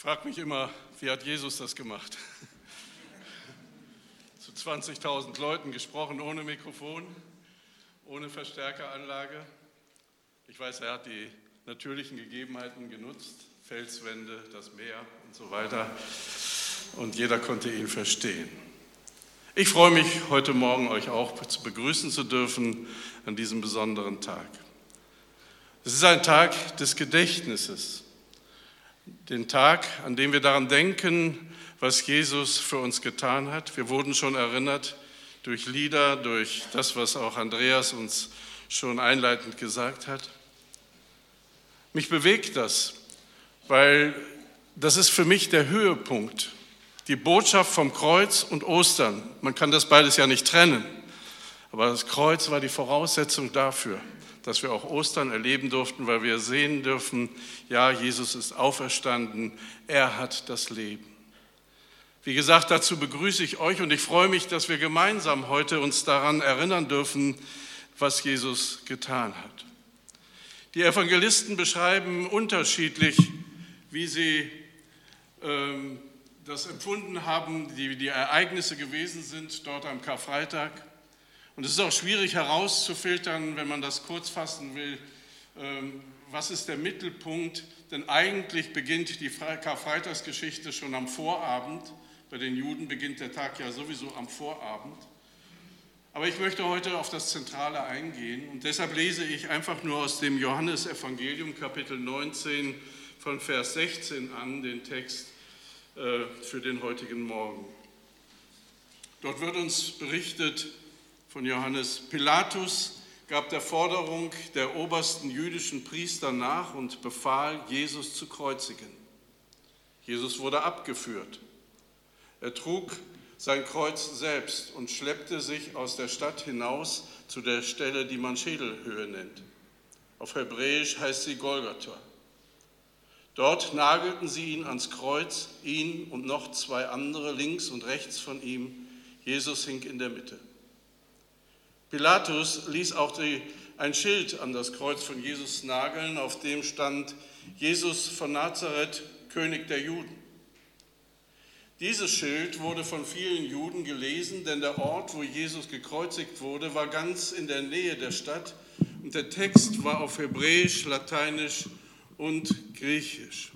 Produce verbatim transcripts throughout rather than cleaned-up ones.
frage mich immer, wie hat Jesus das gemacht? Zu zwanzigtausend Leuten gesprochen, ohne Mikrofon, ohne Verstärkeranlage. Ich weiß, er hat die natürlichen Gegebenheiten genutzt, Felswände, das Meer und so weiter. Und jeder konnte ihn verstehen. Ich freue mich, heute Morgen euch auch zu begrüßen zu dürfen an diesem besonderen Tag. Es ist ein Tag des Gedächtnisses. Den Tag, an dem wir daran denken, was Jesus für uns getan hat. Wir wurden schon erinnert durch Lieder, durch das, was auch Andreas uns schon einleitend gesagt hat. Mich bewegt das, weil das ist für mich der Höhepunkt. Die Botschaft vom Kreuz und Ostern. Man kann das beides ja nicht trennen. Aber das Kreuz war die Voraussetzung dafür, dass wir auch Ostern erleben durften, weil wir sehen dürfen, ja, Jesus ist auferstanden, er hat das Leben. Wie gesagt, dazu begrüße ich euch und ich freue mich, dass wir gemeinsam heute uns daran erinnern dürfen, was Jesus getan hat. Die Evangelisten beschreiben unterschiedlich, wie sie ähm, das empfunden haben, die, die Ereignisse gewesen sind dort am Karfreitag. Und es ist auch schwierig herauszufiltern, wenn man das kurz fassen will, was ist der Mittelpunkt, denn eigentlich beginnt die Karfreitagsgeschichte schon am Vorabend. Bei den Juden beginnt der Tag ja sowieso am Vorabend. Aber ich möchte heute auf das Zentrale eingehen und deshalb lese ich einfach nur aus dem Johannesevangelium, Kapitel neunzehn, von Vers sechzehn an, den Text für den heutigen Morgen. Dort wird uns berichtet von Johannes: Pilatus gab der Forderung der obersten jüdischen Priester nach und befahl, Jesus zu kreuzigen. Jesus wurde abgeführt. Er trug sein Kreuz selbst und schleppte sich aus der Stadt hinaus zu der Stelle, die man Schädelhöhe nennt. Auf Hebräisch heißt sie Golgatha. Dort nagelten sie ihn ans Kreuz, ihn und noch zwei andere links und rechts von ihm. Jesus hing in der Mitte. Pilatus ließ auch die, ein Schild an das Kreuz von Jesus nageln, auf dem stand: Jesus von Nazareth, König der Juden. Dieses Schild wurde von vielen Juden gelesen, denn der Ort, wo Jesus gekreuzigt wurde, war ganz in der Nähe der Stadt und der Text war auf Hebräisch, Lateinisch und Griechisch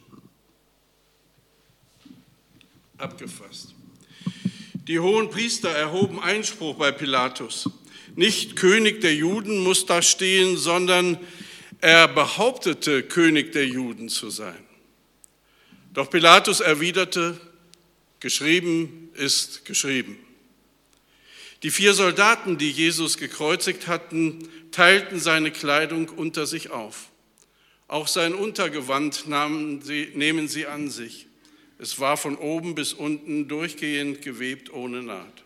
abgefasst. Die hohen Priester erhoben Einspruch bei Pilatus. Nicht König der Juden muss da stehen, sondern er behauptete, König der Juden zu sein. Doch Pilatus erwiderte: Geschrieben ist geschrieben. Die vier Soldaten, die Jesus gekreuzigt hatten, teilten seine Kleidung unter sich auf. Auch sein Untergewand nahmen sie, nehmen sie an sich. Es war von oben bis unten durchgehend gewebt ohne Naht.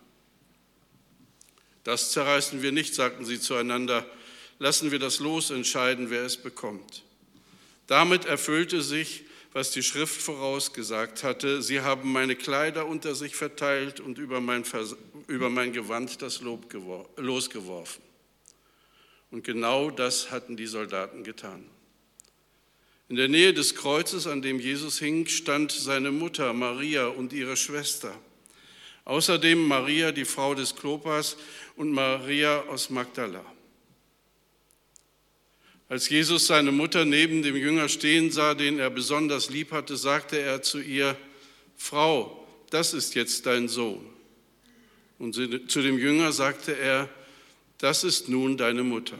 Das zerreißen wir nicht, sagten sie zueinander. Lassen wir das Los entscheiden, wer es bekommt. Damit erfüllte sich, was die Schrift vorausgesagt hatte. Sie haben meine Kleider unter sich verteilt und über mein, Vers- über mein Gewand das Lob gewor- losgeworfen. Und genau das hatten die Soldaten getan. In der Nähe des Kreuzes, an dem Jesus hing, stand seine Mutter Maria und ihre Schwester. Außerdem Maria, die Frau des Klopas, und Maria aus Magdala. Als Jesus seine Mutter neben dem Jünger stehen sah, den er besonders lieb hatte, sagte er zu ihr: Frau, das ist jetzt dein Sohn. Und zu dem Jünger sagte er: Das ist nun deine Mutter.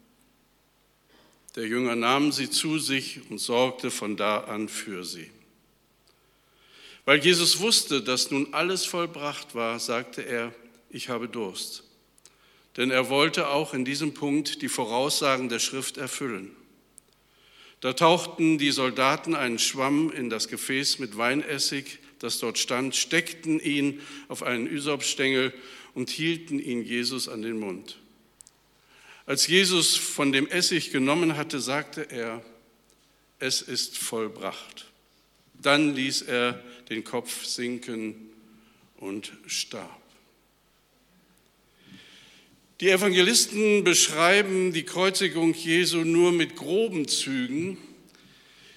Der Jünger nahm sie zu sich und sorgte von da an für sie. Weil Jesus wusste, dass nun alles vollbracht war, sagte er: Ich habe Durst. Denn er wollte auch in diesem Punkt die Voraussagen der Schrift erfüllen. Da tauchten die Soldaten einen Schwamm in das Gefäß mit Weinessig, das dort stand, steckten ihn auf einen Ysopstängel und hielten ihn Jesus an den Mund. Als Jesus von dem Essig genommen hatte, sagte er: Es ist vollbracht. Dann ließ er den Kopf sinken und starb. Die Evangelisten beschreiben die Kreuzigung Jesu nur mit groben Zügen.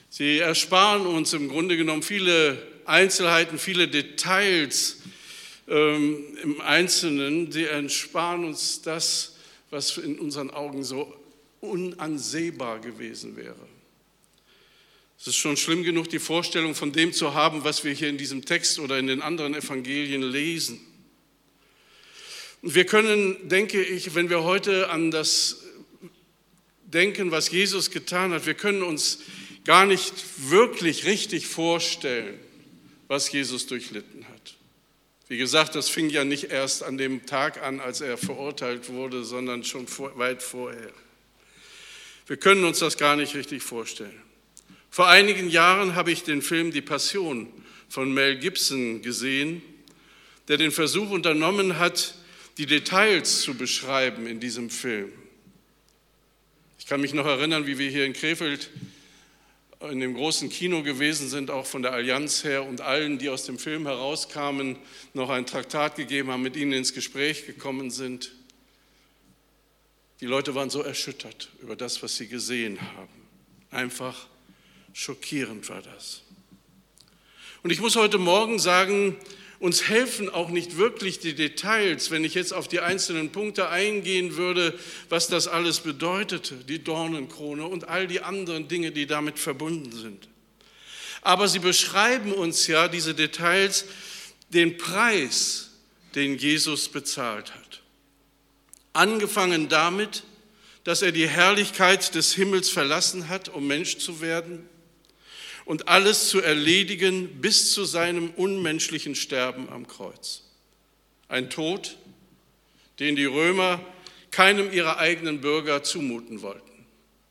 Sie ersparen uns im Grunde genommen viele Einzelheiten, viele Details ähm, im Einzelnen. Sie ersparen uns das, was in unseren Augen so unansehbar gewesen wäre. Es ist schon schlimm genug, die Vorstellung von dem zu haben, was wir hier in diesem Text oder in den anderen Evangelien lesen. Und wir können, denke ich, wenn wir heute an das denken, was Jesus getan hat, wir können uns gar nicht wirklich richtig vorstellen, was Jesus durchlitten hat. Wie gesagt, das fing ja nicht erst an dem Tag an, als er verurteilt wurde, sondern schon vor, weit vorher. Wir können uns das gar nicht richtig vorstellen. Vor einigen Jahren habe ich den Film Die Passion von Mel Gibson gesehen, der den Versuch unternommen hat, die Details zu beschreiben in diesem Film. Ich kann mich noch erinnern, wie wir hier in Krefeld in dem großen Kino gewesen sind, auch von der Allianz her, und allen, die aus dem Film herauskamen, noch ein Traktat gegeben haben, mit ihnen ins Gespräch gekommen sind. Die Leute waren so erschüttert über das, was sie gesehen haben. Einfach schockierend war das. Und ich muss heute Morgen sagen, uns helfen auch nicht wirklich die Details, wenn ich jetzt auf die einzelnen Punkte eingehen würde, was das alles bedeutete, die Dornenkrone und all die anderen Dinge, die damit verbunden sind. Aber sie beschreiben uns ja, diese Details, den Preis, den Jesus bezahlt hat. Angefangen damit, dass er die Herrlichkeit des Himmels verlassen hat, um Mensch zu werden, und alles zu erledigen bis zu seinem unmenschlichen Sterben am Kreuz. Ein Tod, den die Römer keinem ihrer eigenen Bürger zumuten wollten.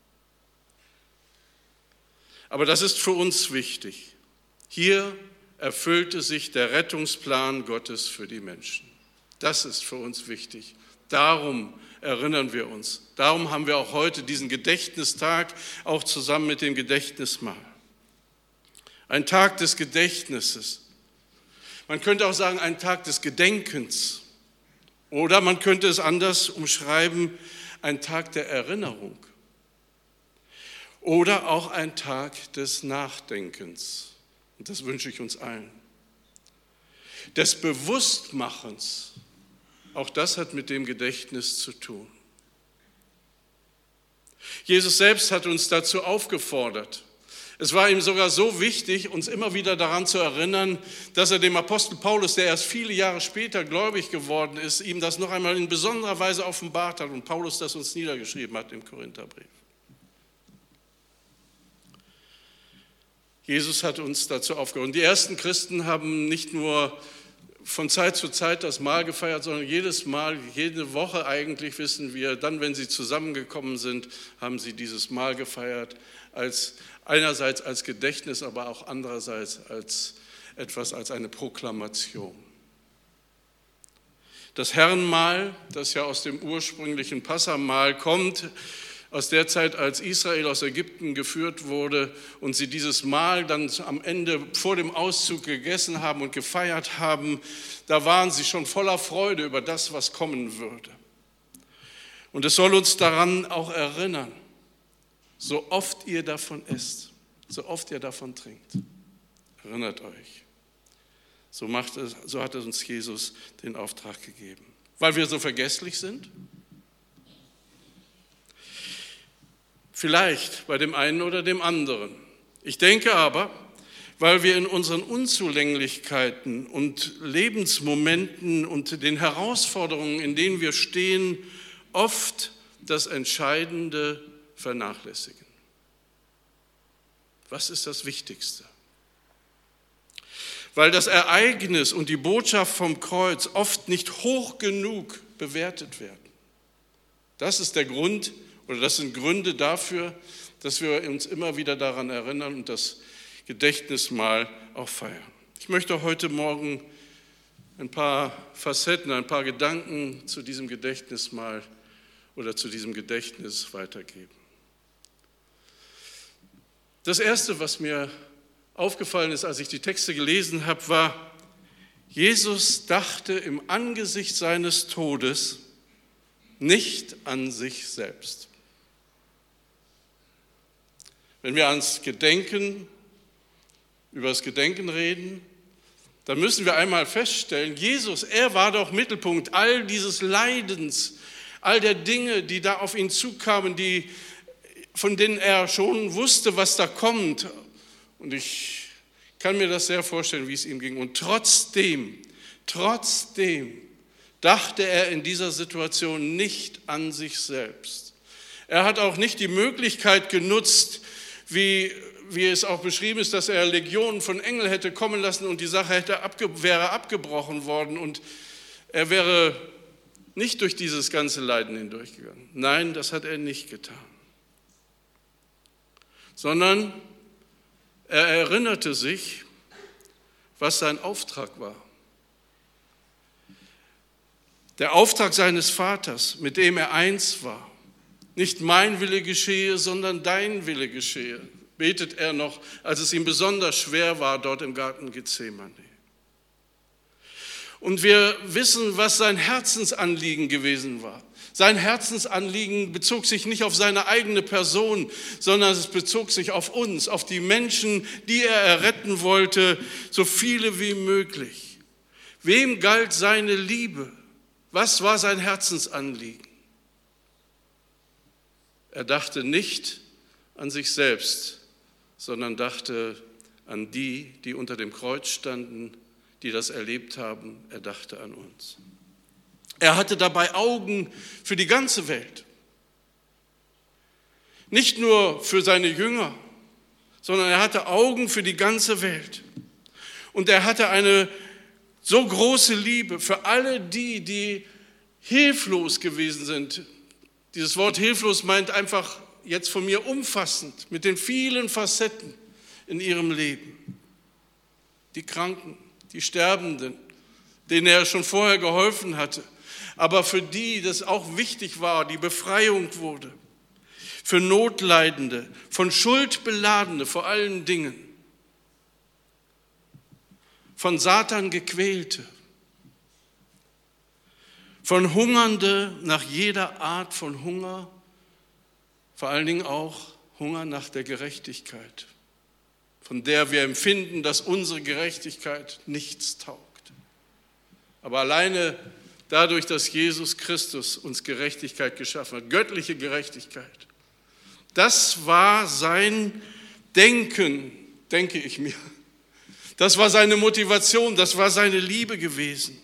Aber das ist für uns wichtig. Hier erfüllte sich der Rettungsplan Gottes für die Menschen. Das ist für uns wichtig. Darum erinnern wir uns. Darum haben wir auch heute diesen Gedächtnistag, auch zusammen mit dem Gedächtnismahl. Ein Tag des Gedächtnisses. Man könnte auch sagen, ein Tag des Gedenkens. Oder man könnte es anders umschreiben, ein Tag der Erinnerung. Oder auch ein Tag des Nachdenkens. Und das wünsche ich uns allen. Des Bewusstmachens. Auch das hat mit dem Gedächtnis zu tun. Jesus selbst hat uns dazu aufgefordert. Es war ihm sogar so wichtig, uns immer wieder daran zu erinnern, dass er dem Apostel Paulus, der erst viele Jahre später gläubig geworden ist, ihm das noch einmal in besonderer Weise offenbart hat und Paulus das uns niedergeschrieben hat im Korintherbrief. Jesus hat uns dazu aufgerufen. Die ersten Christen haben nicht nur von Zeit zu Zeit das Mahl gefeiert, sondern jedes Mal, jede Woche eigentlich, wissen wir, dann, wenn sie zusammengekommen sind, haben sie dieses Mahl gefeiert, als einerseits als Gedächtnis, aber auch andererseits als etwas, als eine Proklamation. Das Herrenmahl, das ja aus dem ursprünglichen Passamahl kommt, aus der Zeit, als Israel aus Ägypten geführt wurde und sie dieses Mahl dann am Ende vor dem Auszug gegessen haben und gefeiert haben, da waren sie schon voller Freude über das, was kommen würde. Und es soll uns daran auch erinnern, so oft ihr davon esst, so oft ihr davon trinkt, erinnert euch. So, macht es, so hat uns Jesus den Auftrag gegeben. Weil wir so vergesslich sind? Vielleicht bei dem einen oder dem anderen. Ich denke aber, weil wir in unseren Unzulänglichkeiten und Lebensmomenten und den Herausforderungen, in denen wir stehen, oft das Entscheidende vernachlässigen. Was ist das Wichtigste? Weil das Ereignis und die Botschaft vom Kreuz oft nicht hoch genug bewertet werden. Das ist der Grund, oder das sind Gründe dafür, dass wir uns immer wieder daran erinnern und das Gedächtnismahl auch feiern. Ich möchte heute Morgen ein paar Facetten, ein paar Gedanken zu diesem Gedächtnismahl oder zu diesem Gedächtnis weitergeben. Das Erste, was mir aufgefallen ist, als ich die Texte gelesen habe, war, Jesus dachte im Angesicht seines Todes nicht an sich selbst. Wenn wir ans Gedenken, über das Gedenken reden, dann müssen wir einmal feststellen, Jesus, er war doch Mittelpunkt all dieses Leidens, all der Dinge, die da auf ihn zukamen, die, von denen er schon wusste, was da kommt. Und ich kann mir das sehr vorstellen, wie es ihm ging. Und trotzdem, trotzdem dachte er in dieser Situation nicht an sich selbst. Er hat auch nicht die Möglichkeit genutzt, wie, wie es auch beschrieben ist, dass er Legionen von Engeln hätte kommen lassen und die Sache hätte abge, wäre abgebrochen worden und er wäre nicht durch dieses ganze Leiden hindurchgegangen. Nein, das hat er nicht getan. Sondern er erinnerte sich, was sein Auftrag war. Der Auftrag seines Vaters, mit dem er eins war. Nicht mein Wille geschehe, sondern dein Wille geschehe, betet er noch, als es ihm besonders schwer war, dort im Garten Gethsemane. Und wir wissen, was sein Herzensanliegen gewesen war. Sein Herzensanliegen bezog sich nicht auf seine eigene Person, sondern es bezog sich auf uns, auf die Menschen, die er erretten wollte, so viele wie möglich. Wem galt seine Liebe? Was war sein Herzensanliegen? Er dachte nicht an sich selbst, sondern dachte an die, die unter dem Kreuz standen, die das erlebt haben. Er dachte an uns. Er hatte dabei Augen für die ganze Welt. Nicht nur für seine Jünger, sondern er hatte Augen für die ganze Welt. Und er hatte eine so große Liebe für alle die, die hilflos gewesen sind. Dieses Wort hilflos meint einfach jetzt von mir umfassend, mit den vielen Facetten in ihrem Leben. Die Kranken, die Sterbenden, denen er schon vorher geholfen hatte, aber für die das auch wichtig war, die Befreiung wurde. Für Notleidende, von Schuld beladene vor allen Dingen, von Satan gequälte, von Hungernde nach jeder Art von Hunger, vor allen Dingen auch Hunger nach der Gerechtigkeit, von der wir empfinden, dass unsere Gerechtigkeit nichts taugt. Aber alleine dadurch, dass Jesus Christus uns Gerechtigkeit geschaffen hat, göttliche Gerechtigkeit, das war sein Denken, denke ich mir. Das war seine Motivation, das war seine Liebe gewesen.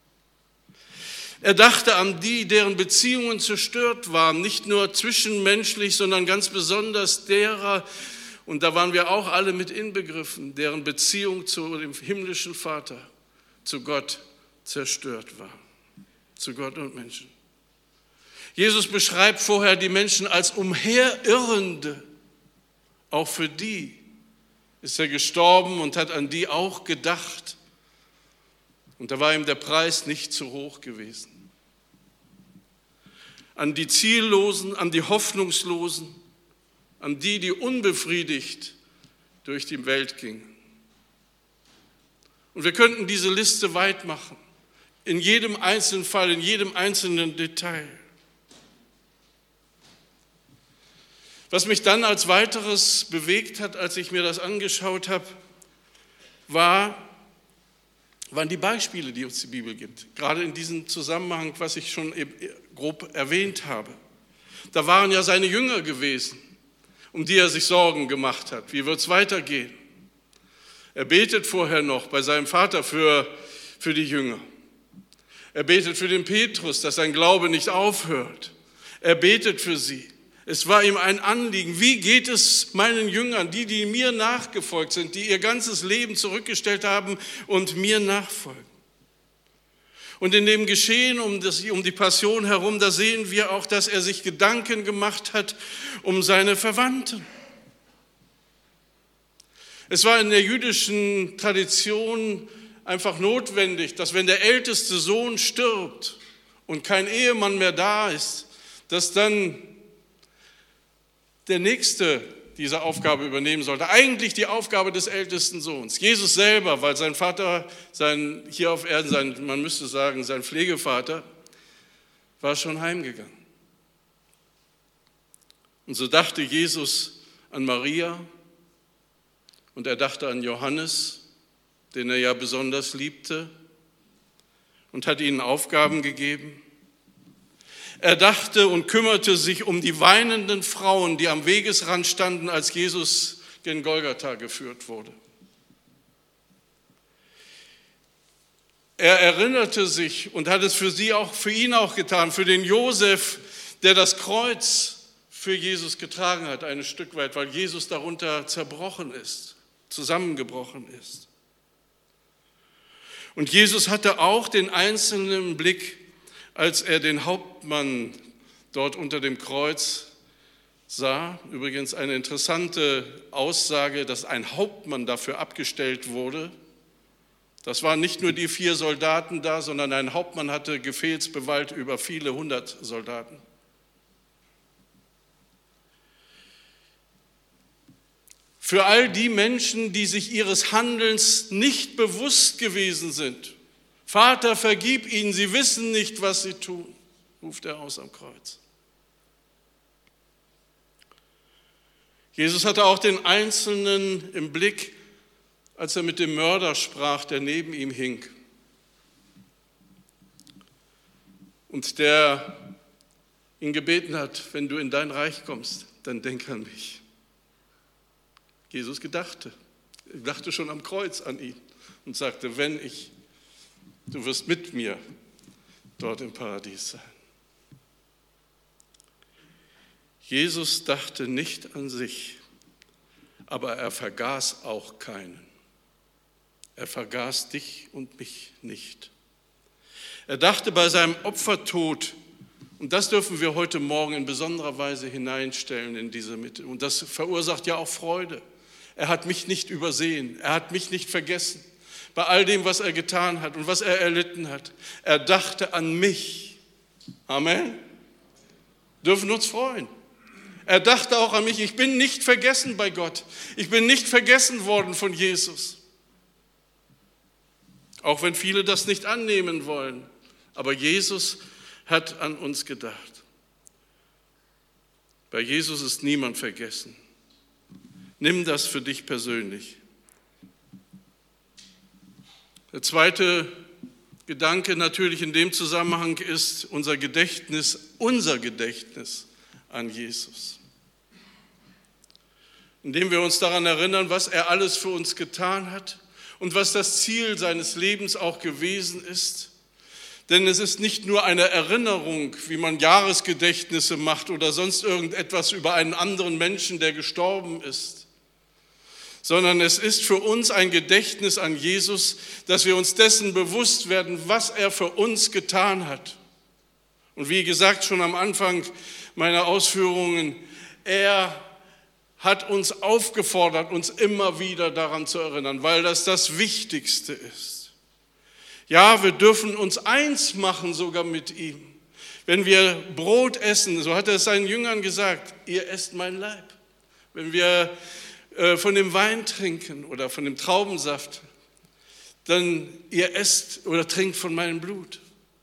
Er dachte an die, deren Beziehungen zerstört waren, nicht nur zwischenmenschlich, sondern ganz besonders derer, und da waren wir auch alle mit inbegriffen, deren Beziehung zu dem himmlischen Vater, zu Gott zerstört war, zu Gott und Menschen. Jesus beschreibt vorher die Menschen als Umherirrende. Auch für die ist er gestorben und hat an die auch gedacht. Und da war ihm der Preis nicht zu hoch gewesen. An die Ziellosen, an die Hoffnungslosen, an die, die unbefriedigt durch die Welt gingen. Und wir könnten diese Liste weit machen, in jedem einzelnen Fall, in jedem einzelnen Detail. Was mich dann als weiteres bewegt hat, als ich mir das angeschaut habe, war, waren die Beispiele, die uns die Bibel gibt. Gerade in diesem Zusammenhang, was ich schon grob erwähnt habe. Da waren ja seine Jünger gewesen, um die er sich Sorgen gemacht hat. Wie wird es weitergehen? Er betet vorher noch bei seinem Vater für, für die Jünger. Er betet für den Petrus, dass sein Glaube nicht aufhört. Er betet für sie. Es war ihm ein Anliegen, wie geht es meinen Jüngern, die, die mir nachgefolgt sind, die ihr ganzes Leben zurückgestellt haben und mir nachfolgen. Und in dem Geschehen um, das, um die Passion herum, da sehen wir auch, dass er sich Gedanken gemacht hat um seine Verwandten. Es war in der jüdischen Tradition einfach notwendig, dass wenn der älteste Sohn stirbt und kein Ehemann mehr da ist, dass dann der Nächste diese Aufgabe übernehmen sollte. Eigentlich die Aufgabe des ältesten Sohns. Jesus selber, weil sein Vater, sein, hier auf Erden, sein, man müsste sagen, sein Pflegevater, war schon heimgegangen. Und so dachte Jesus an Maria und er dachte an Johannes, den er ja besonders liebte, und hat ihnen Aufgaben gegeben. Er dachte und kümmerte sich um die weinenden Frauen, die am Wegesrand standen, als Jesus gen Golgatha geführt wurde. Er erinnerte sich und hat es für sie auch, für ihn auch getan, für den Josef, der das Kreuz für Jesus getragen hat, ein Stück weit, weil Jesus darunter zerbrochen ist, zusammengebrochen ist. Und Jesus hatte auch den Einzelnen im Blick, als er den Hauptmann dort unter dem Kreuz sah. Übrigens eine interessante Aussage, dass ein Hauptmann dafür abgestellt wurde. Das waren nicht nur die vier Soldaten da, sondern ein Hauptmann hatte Befehlsgewalt über viele hundert Soldaten. Für all die Menschen, die sich ihres Handelns nicht bewusst gewesen sind. Vater, vergib ihnen, sie wissen nicht, was sie tun, ruft er aus am Kreuz. Jesus hatte auch den Einzelnen im Blick, als er mit dem Mörder sprach, der neben ihm hing. Und der ihn gebeten hat, wenn du in dein Reich kommst, dann denk an mich. Jesus gedachte, er dachte schon am Kreuz an ihn und sagte, wenn ich, du wirst mit mir dort im Paradies sein. Jesus dachte nicht an sich, aber er vergaß auch keinen. Er vergaß dich und mich nicht. Er dachte bei seinem Opfertod, und das dürfen wir heute Morgen in besonderer Weise hineinstellen in diese Mitte, und das verursacht ja auch Freude. Er hat mich nicht übersehen, er hat mich nicht vergessen, bei all dem, was er getan hat und was er erlitten hat. Er dachte an mich. Amen. Dürfen uns freuen. Er dachte auch an mich, ich bin nicht vergessen bei Gott. Ich bin nicht vergessen worden von Jesus. Auch wenn viele das nicht annehmen wollen. Aber Jesus hat an uns gedacht. Bei Jesus ist niemand vergessen. Nimm das für dich persönlich. Der zweite Gedanke natürlich in dem Zusammenhang ist unser Gedächtnis, unser Gedächtnis an Jesus. Indem wir uns daran erinnern, was er alles für uns getan hat und was das Ziel seines Lebens auch gewesen ist. Denn es ist nicht nur eine Erinnerung, wie man Jahresgedächtnisse macht oder sonst irgendetwas über einen anderen Menschen, der gestorben ist, sondern es ist für uns ein Gedächtnis an Jesus, dass wir uns dessen bewusst werden, was er für uns getan hat. Und wie gesagt, schon am Anfang meiner Ausführungen, er hat uns aufgefordert, uns immer wieder daran zu erinnern, weil das das Wichtigste ist. Ja, wir dürfen uns eins machen sogar mit ihm. Wenn wir Brot essen, so hat er es seinen Jüngern gesagt, ihr esst mein Leib. Wenn wir von dem Wein trinken oder von dem Traubensaft, dann ihr esst oder trinkt von meinem Blut.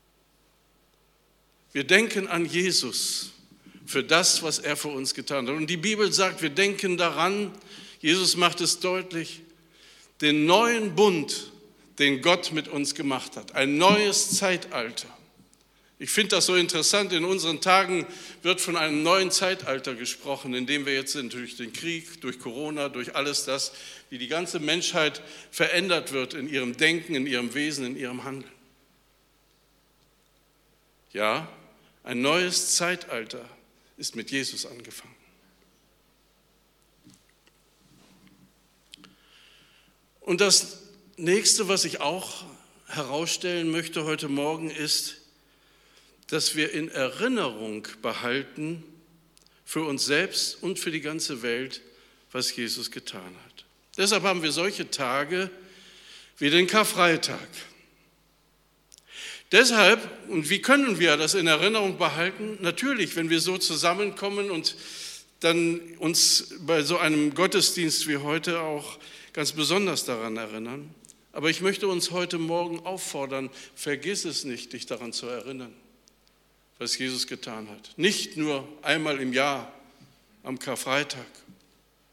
Wir denken an Jesus für das, was er für uns getan hat. Und die Bibel sagt, wir denken daran, Jesus macht es deutlich, den neuen Bund, den Gott mit uns gemacht hat. Ein neues Zeitalter. Ich finde das so interessant, in unseren Tagen wird von einem neuen Zeitalter gesprochen, in dem wir jetzt sind, durch den Krieg, durch Corona, durch alles das, wie die ganze Menschheit verändert wird in ihrem Denken, in ihrem Wesen, in ihrem Handeln. Ja, ein neues Zeitalter ist mit Jesus angefangen. Und das Nächste, was ich auch herausstellen möchte heute Morgen, ist, dass wir in Erinnerung behalten für uns selbst und für die ganze Welt, was Jesus getan hat. Deshalb haben wir solche Tage wie den Karfreitag. Deshalb, und wie können wir das in Erinnerung behalten? Natürlich, wenn wir so zusammenkommen und dann uns bei so einem Gottesdienst wie heute auch ganz besonders daran erinnern. Aber ich möchte uns heute Morgen auffordern, vergiss es nicht, dich daran zu erinnern, was Jesus getan hat. Nicht nur einmal im Jahr am Karfreitag,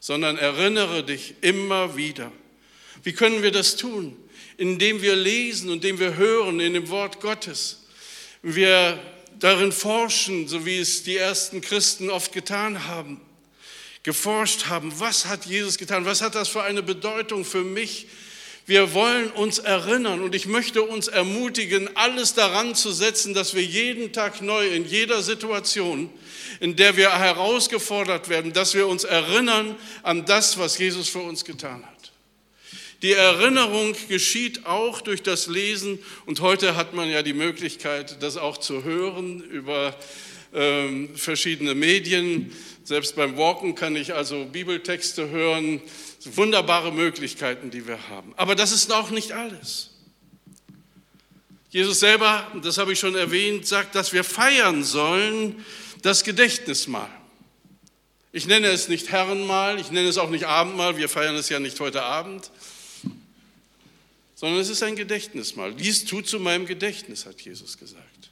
sondern erinnere dich immer wieder. Wie können wir das tun? Indem wir lesen und indem wir hören in dem Wort Gottes. Wir darin forschen, so wie es die ersten Christen oft getan haben. Geforscht haben, was hat Jesus getan? Was hat das für eine Bedeutung für mich? Wir wollen uns erinnern und ich möchte uns ermutigen, alles daran zu setzen, dass wir jeden Tag neu in jeder Situation, in der wir herausgefordert werden, dass wir uns erinnern an das, was Jesus für uns getan hat. Die Erinnerung geschieht auch durch das Lesen und heute hat man ja die Möglichkeit, das auch zu hören über ähm, verschiedene Medien. Selbst beim Walken kann ich also Bibeltexte hören. Wunderbare Möglichkeiten, die wir haben. Aber das ist auch nicht alles. Jesus selber, das habe ich schon erwähnt, sagt, dass wir feiern sollen das Gedächtnismahl. Ich nenne es nicht Herrenmahl, ich nenne es auch nicht Abendmahl, wir feiern es ja nicht heute Abend, sondern es ist ein Gedächtnismahl. Dies tut zu meinem Gedächtnis, hat Jesus gesagt.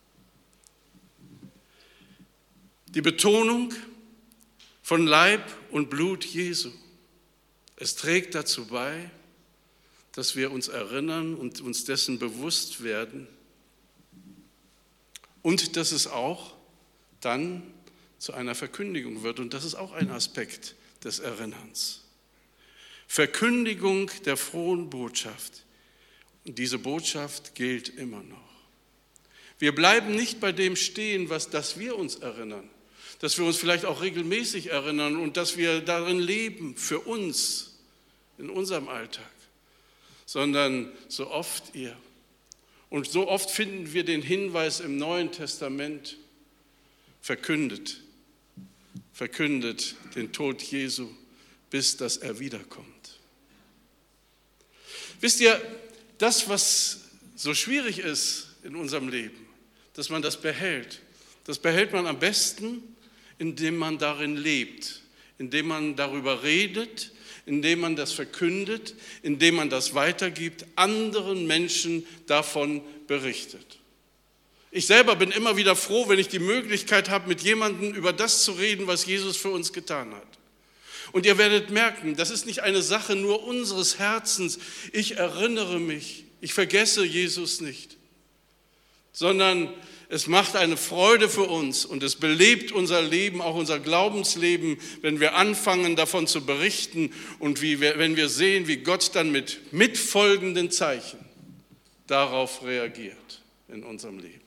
Die Betonung von Leib und Blut Jesu. Es trägt dazu bei, dass wir uns erinnern und uns dessen bewusst werden und dass es auch dann zu einer Verkündigung wird. Und das ist auch ein Aspekt des Erinnerns. Verkündigung der frohen Botschaft. Und diese Botschaft gilt immer noch. Wir bleiben nicht bei dem stehen, was, dass wir uns erinnern, dass wir uns vielleicht auch regelmäßig erinnern und dass wir darin leben für uns, in unserem Alltag, sondern so oft ihr. Und so oft finden wir den Hinweis im Neuen Testament, verkündet, verkündet den Tod Jesu, bis dass er wiederkommt. Wisst ihr, das, was so schwierig ist in unserem Leben, dass man das behält, das behält man am besten, indem man darin lebt, indem man darüber redet, indem man das verkündet, indem man das weitergibt, anderen Menschen davon berichtet. Ich selber bin immer wieder froh, wenn ich die Möglichkeit habe, mit jemandem über das zu reden, was Jesus für uns getan hat. Und ihr werdet merken, das ist nicht eine Sache nur unseres Herzens, ich erinnere mich, ich vergesse Jesus nicht, sondern es macht eine Freude für uns und es belebt unser Leben, auch unser Glaubensleben, wenn wir anfangen, davon zu berichten und wie wir, wenn wir sehen, wie Gott dann mit mitfolgenden Zeichen darauf reagiert in unserem Leben.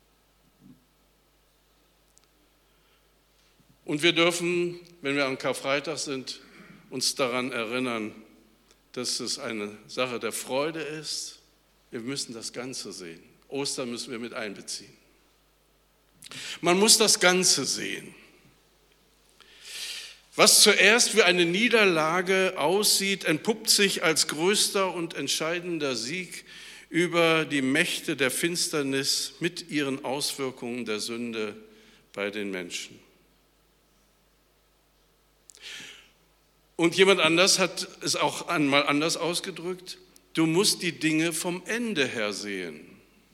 Und wir dürfen, wenn wir am Karfreitag sind, uns daran erinnern, dass es eine Sache der Freude ist. Wir müssen das Ganze sehen. Ostern müssen wir mit einbeziehen. Man muss das Ganze sehen. Was zuerst wie eine Niederlage aussieht, entpuppt sich als größter und entscheidender Sieg über die Mächte der Finsternis mit ihren Auswirkungen der Sünde bei den Menschen. Und jemand anders hat es auch einmal anders ausgedrückt, du musst die Dinge vom Ende her sehen.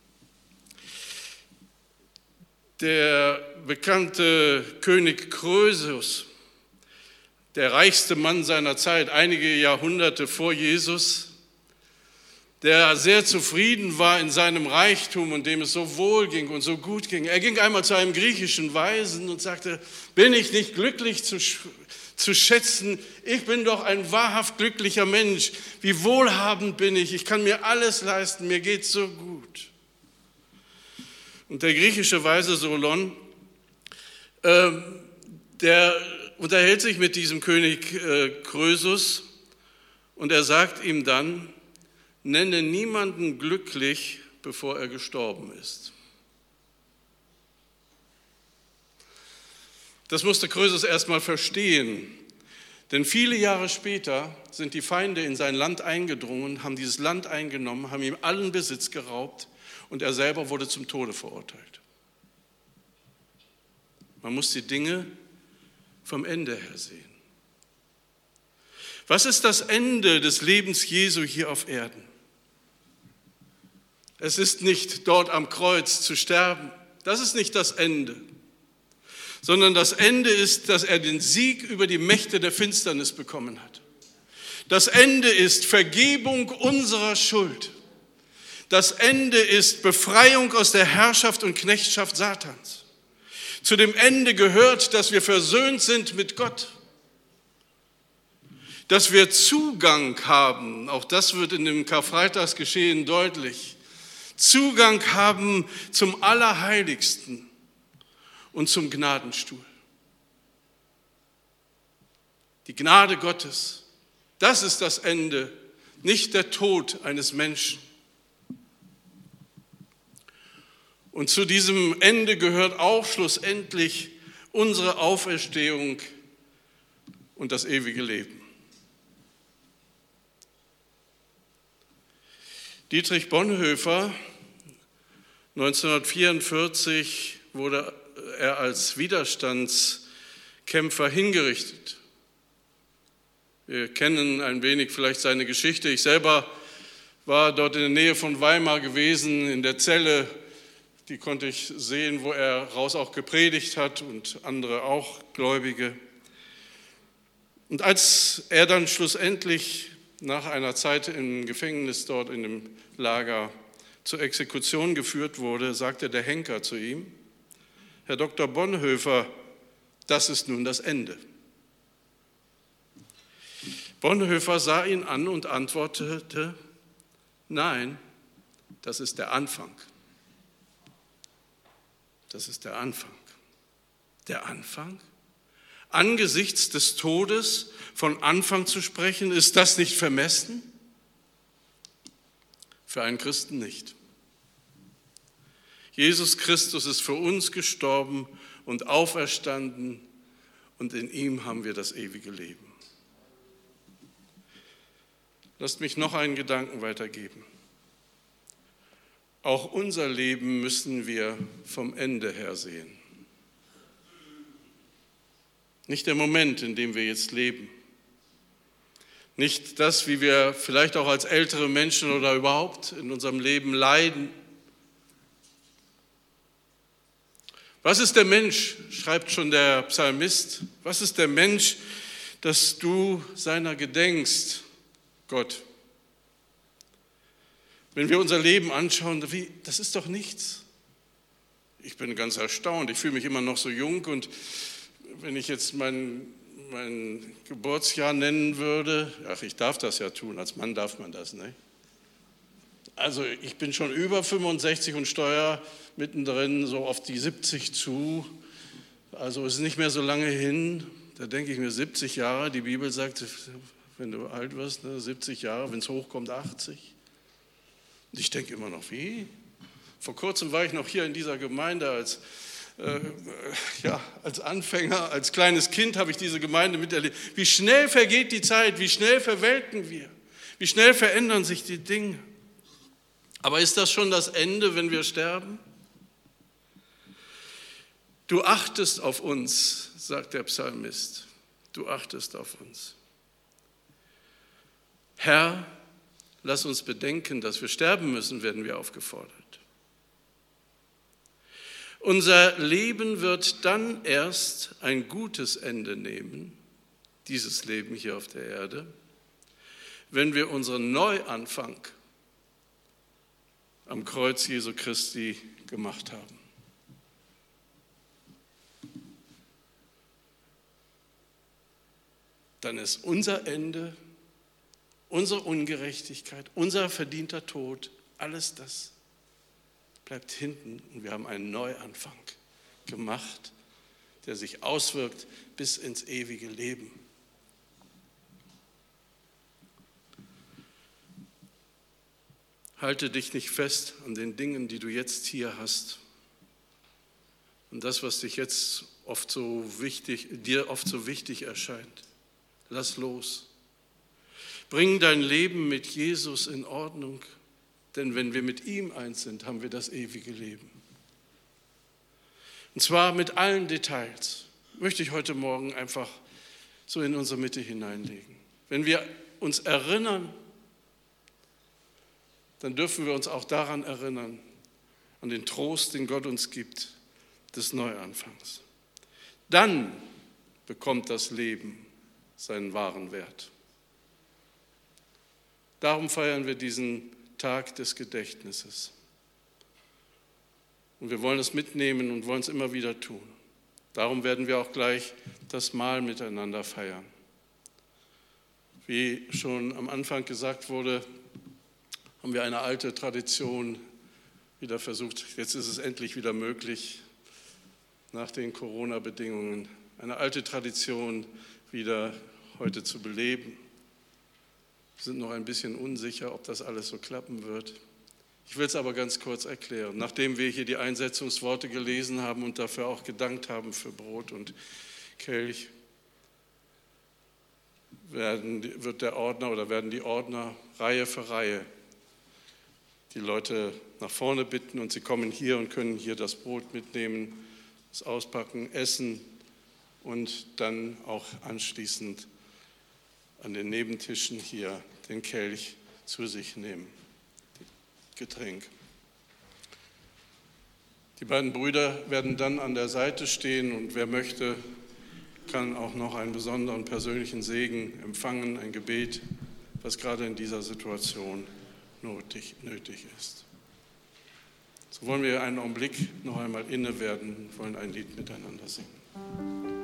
Der bekannte König Krösus, der reichste Mann seiner Zeit, einige Jahrhunderte vor Jesus, der sehr zufrieden war in seinem Reichtum und dem es so wohl ging und so gut ging. Er ging einmal zu einem griechischen Weisen und sagte, bin ich nicht glücklich zu, zu schätzen, ich bin doch ein wahrhaft glücklicher Mensch, wie wohlhabend bin ich, ich kann mir alles leisten, mir geht's so gut. Und der griechische Weise Solon, äh, der unterhält sich mit diesem König äh, Krösus und er sagt ihm dann, nenne niemanden glücklich, bevor er gestorben ist. Das musste Krösus erstmal verstehen, denn viele Jahre später sind die Feinde in sein Land eingedrungen, haben dieses Land eingenommen, haben ihm allen Besitz geraubt und er selber wurde zum Tode verurteilt. Man muss die Dinge vom Ende her sehen. Was ist das Ende des Lebens Jesu hier auf Erden? Es ist nicht dort am Kreuz zu sterben, das ist nicht das Ende, sondern das Ende ist, dass er den Sieg über die Mächte der Finsternis bekommen hat. Das Ende ist Vergebung unserer Schuld. Das Ende ist Befreiung aus der Herrschaft und Knechtschaft Satans. Zu dem Ende gehört, dass wir versöhnt sind mit Gott, dass wir Zugang haben, auch das wird in dem Karfreitagsgeschehen deutlich, Zugang haben zum Allerheiligsten und zum Gnadenstuhl. Die Gnade Gottes, das ist das Ende, nicht der Tod eines Menschen. Und zu diesem Ende gehört auch schlussendlich unsere Auferstehung und das ewige Leben. Dietrich Bonhoeffer, neunzehnhundertvierundvierzig wurde er als Widerstandskämpfer hingerichtet. Wir kennen ein wenig vielleicht seine Geschichte. Ich selber war dort in der Nähe von Weimar gewesen, in der Zelle. Die konnte ich sehen, wo er raus auch gepredigt hat und andere auch Gläubige. Und als er dann schlussendlich nach einer Zeit im Gefängnis dort in dem Lager zur Exekution geführt wurde, sagte der Henker zu ihm: Herr Doktor Bonhoeffer, das ist nun das Ende. Bonhoeffer sah ihn an und antwortete: Nein, das ist der Anfang. Das ist der Anfang. Der Anfang? Angesichts des Todes von Anfang zu sprechen, ist das nicht vermessen? Für einen Christen nicht. Jesus Christus ist für uns gestorben und auferstanden und in ihm haben wir das ewige Leben. Lasst mich noch einen Gedanken weitergeben. Auch unser Leben müssen wir vom Ende her sehen. Nicht der Moment, in dem wir jetzt leben. Nicht das, wie wir vielleicht auch als ältere Menschen oder überhaupt in unserem Leben leiden. Was ist der Mensch, schreibt schon der Psalmist, was ist der Mensch, dass du seiner gedenkst, Gott? Wenn wir unser Leben anschauen, wie, das ist doch nichts. Ich bin ganz erstaunt, ich fühle mich immer noch so jung und wenn ich jetzt mein, mein Geburtsjahr nennen würde, ach, ich darf das ja tun, als Mann darf man das, ne? Also ich bin schon über fünfundsechzig und steuere mittendrin so auf die siebzig zu, also es ist nicht mehr so lange hin, da denke ich mir siebzig Jahre, die Bibel sagt, wenn du alt wirst, ne, siebzig Jahre, wenn es hochkommt, achtzig. Und ich denke immer noch, wie? Vor kurzem war ich noch hier in dieser Gemeinde als, äh, ja, als Anfänger, als kleines Kind habe ich diese Gemeinde miterlebt. Wie schnell vergeht die Zeit, wie schnell verwelken wir, wie schnell verändern sich die Dinge. Aber ist das schon das Ende, wenn wir sterben? Du achtest auf uns, sagt der Psalmist, du achtest auf uns. Herr, lass uns bedenken, dass wir sterben müssen, werden wir aufgefordert. Unser Leben wird dann erst ein gutes Ende nehmen, dieses Leben hier auf der Erde, wenn wir unseren Neuanfang am Kreuz Jesu Christi gemacht haben. Dann ist unser Ende, unsere Ungerechtigkeit, unser verdienter Tod, alles das bleibt hinten und wir haben einen Neuanfang gemacht, der sich auswirkt bis ins ewige Leben. Halte dich nicht fest an den Dingen, die du jetzt hier hast und das, was dich jetzt oft so wichtig, dir oft so wichtig erscheint. Lass los. Bring dein Leben mit Jesus in Ordnung, denn wenn wir mit ihm eins sind, haben wir das ewige Leben. Und zwar mit allen Details, möchte ich heute Morgen einfach so in unsere Mitte hineinlegen. Wenn wir uns erinnern, dann dürfen wir uns auch daran erinnern, an den Trost, den Gott uns gibt, des Neuanfangs. Dann bekommt das Leben seinen wahren Wert. Darum feiern wir diesen Tag des Gedächtnisses. Und wir wollen es mitnehmen und wollen es immer wieder tun. Darum werden wir auch gleich das Mahl miteinander feiern. Wie schon am Anfang gesagt wurde, haben wir eine alte Tradition wieder versucht, jetzt ist es endlich wieder möglich, nach den Corona-Bedingungen, eine alte Tradition wieder heute zu beleben. Wir sind noch ein bisschen unsicher, ob das alles so klappen wird. Ich will es aber ganz kurz erklären. Nachdem wir hier die Einsetzungsworte gelesen haben und dafür auch gedankt haben für Brot und Kelch, werden, wird der Ordner oder werden die Ordner Reihe für Reihe die Leute nach vorne bitten und sie kommen hier und können hier das Brot mitnehmen, das auspacken, essen und dann auch anschließend an den Nebentischen hier den Kelch zu sich nehmen, Getränk. Die beiden Brüder werden dann an der Seite stehen und wer möchte, kann auch noch einen besonderen persönlichen Segen empfangen, ein Gebet, was gerade in dieser Situation nötig, nötig ist. So wollen wir einen Augenblick noch einmal inne werden und wollen ein Lied miteinander singen.